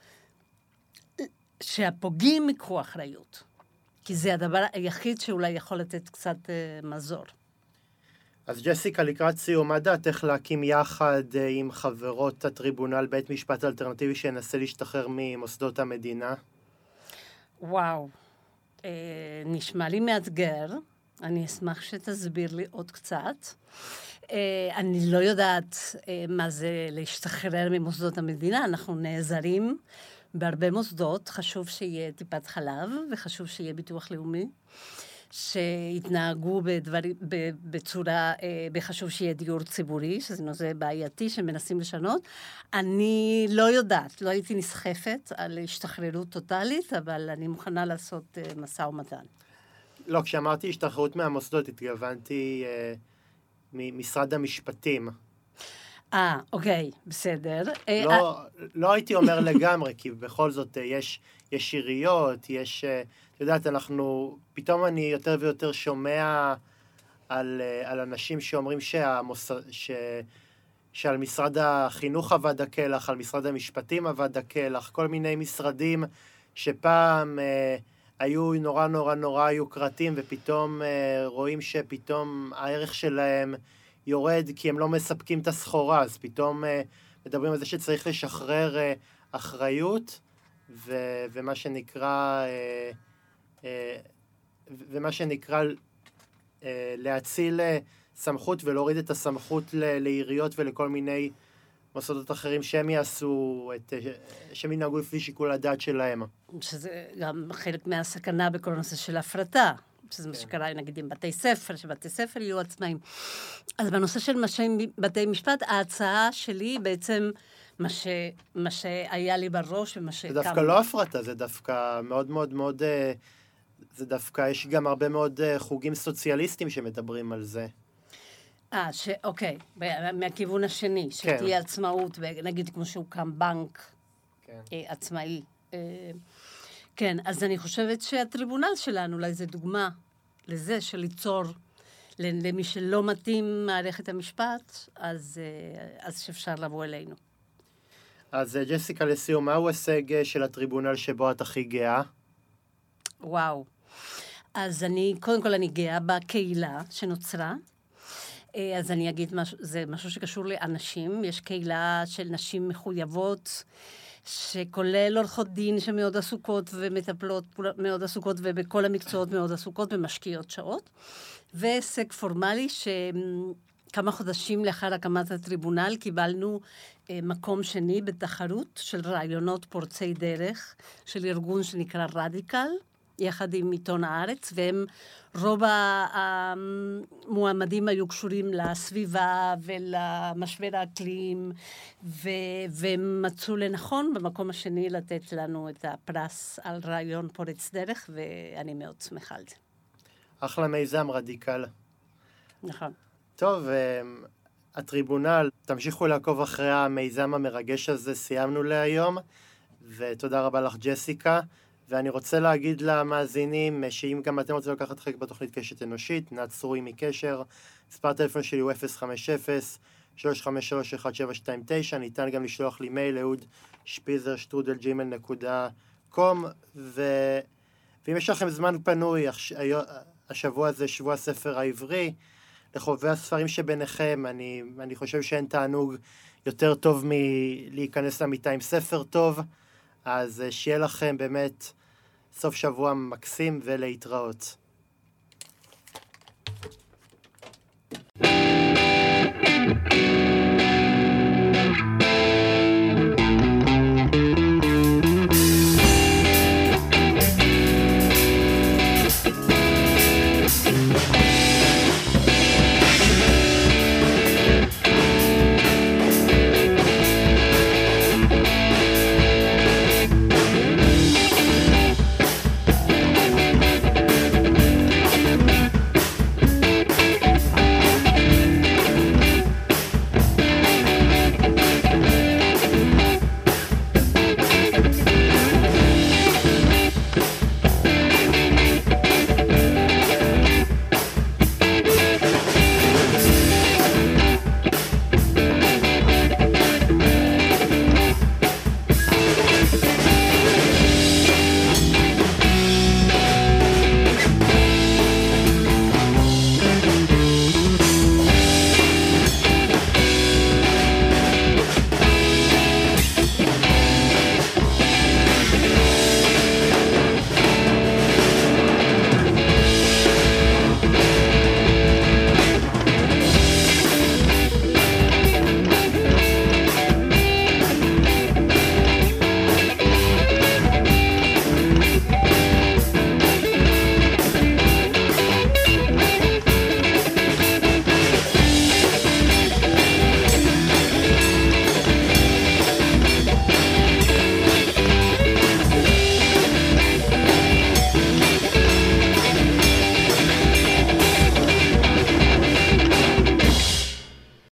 שהפוגעים יקחו אחריות. כי זה הדבר היחיד שאולי יכול לתת קצת מזור. אז ג'סיקה, לקראת סיום, מה דעתך להקים יחד עם חברות הטריבונל בית משפט אלטרנטיבי שינסה להשתחרר ממוסדות המדינה? וואו, אה, נשמע לי מאתגר. אני אשמח שתסביר לי עוד קצת. אה, אני לא יודעת אה, מה זה להשתחרר ממוסדות המדינה. אנחנו נעזרים בהרבה מוסדות. חשוב שיהיה טיפת חלב, וחשוב שיהיה ביטוח לאומי. שהתנהגו בדברים, בצורה, בחשוב שיהיה דיור ציבורי, שזה נושא בעייתי שמנסים לשנות. אני לא יודעת, לא הייתי נסחפת על השתחררות טוטלית, אבל אני מוכנה לעשות משא ומתן. לא, כשאמרתי השתחררות מהמוסדות, התגוונתי אה, ממשרד המשפטים. אה, אוקיי, בסדר. לא, לא הייתי אומר לגמרי, כי בכל זאת יש, יש עיריות, יש... את יודעת, אנחנו, פתאום אני יותר ויותר שומע על, על אנשים שאומרים שהמוס, ש, שעל משרד החינוך עבד הקלח, על משרד המשפטים עבד הקלח, כל מיני משרדים שפעם אה, היו נורא נורא נורא יוקרתיים, ופתאום אה, רואים שפתאום הערך שלהם יורד כי הם לא מספקים את הסחורה, אז פתאום אה, מדברים על זה שצריך לשחרר אה, אחריות, ו, ומה שנקרא... אה, ומה שנקרא להציל סמכות ולהוריד את הסמכות לעיריות ולכל מיני מוסדות אחרים שהם יעשו, את, שהם ינהגו לפי שיקול הדעת שלהם. שזה גם חלק מהסכנה בכל הנושא של הפרטה. שזה מה שקרה, נגיד, עם בתי ספר, שבתי ספר יהיו עצמאים. אז בנושא של משי בתי משפט, ההצעה שלי בעצם מה, ש, מה שהיה לי בראש ומה שקם. זה דווקא לא הפרטה, זה דווקא מאוד מאוד מאוד, זה דווקא, יש גם הרבה מאוד חוגים סוציאליסטים שמדברים על זה. אה, אוקיי, מהכיוון השני, שתהיה כן. עצמאות, נגיד כמו שהוקם בנק כן. עצמאי. כן, אז אני חושבת שהטריבונל שלנו, אולי זו דוגמה לזה של ליצור, למי שלא מתאים מערכת המשפט, אז, אז שאפשר לבוא אלינו. אז ג'סיקה, לסיום, מהו הישג של הטריבונל שבו את הכי גאה? וואו. אז אני, קודם כל אני גאה בקהילה שנוצרה, אז אני אגיד, משהו, זה משהו שקשור לאנשים, יש קהילה של נשים מחויבות, שכולל עורכות דין שמאוד עסוקות ומטפלות מאוד עסוקות, ובכל המקצועות מאוד עסוקות ומשקיעות שעות, והישג פורמלי שכמה חודשים לאחר הקמת הטריבונל קיבלנו מקום שני בתחרות של רעיונות פורצי דרך, של ארגון שנקרא רדיקל, יחד עם עיתון הארץ, והם, רוב המועמדים היו קשורים לסביבה ולמשבר האקלים, ו- והם מצאו לנכון במקום השני לתת לנו את הפרס על רעיון פורץ דרך, ואני מאוד שמחה על זה. אחלה מיזם, רדיקל. נכון. טוב, הטריבונל, תמשיכו לעקוב אחרי המיזם המרגש הזה, סיימנו להיום, ותודה רבה לך ג'סיקה. ואני רוצה להגיד למאזינים שאם גם אתם רוצים לקחת חלק בתוכנית קשת אנושית, נעצרו עמי קשר, מספר הטלפון שלי הוא אפס חמש אפס שלוש חמש שלוש אחת שבע שתיים תשע, ניתן גם לשלוח לי מייל אהוד שפיזר שטרודל ג'ימייל נקודה קום, ו... ואם יש לכם זמן פנוי, השבוע הזה שבוע הספר העברי, לחובבי הספרים שביניכם, אני, אני חושב שאין תענוג יותר טוב מלהיכנס למיטה עם ספר טוב, אז שיהיה לכם באמת סוף שבוע מקסים ולהתראות.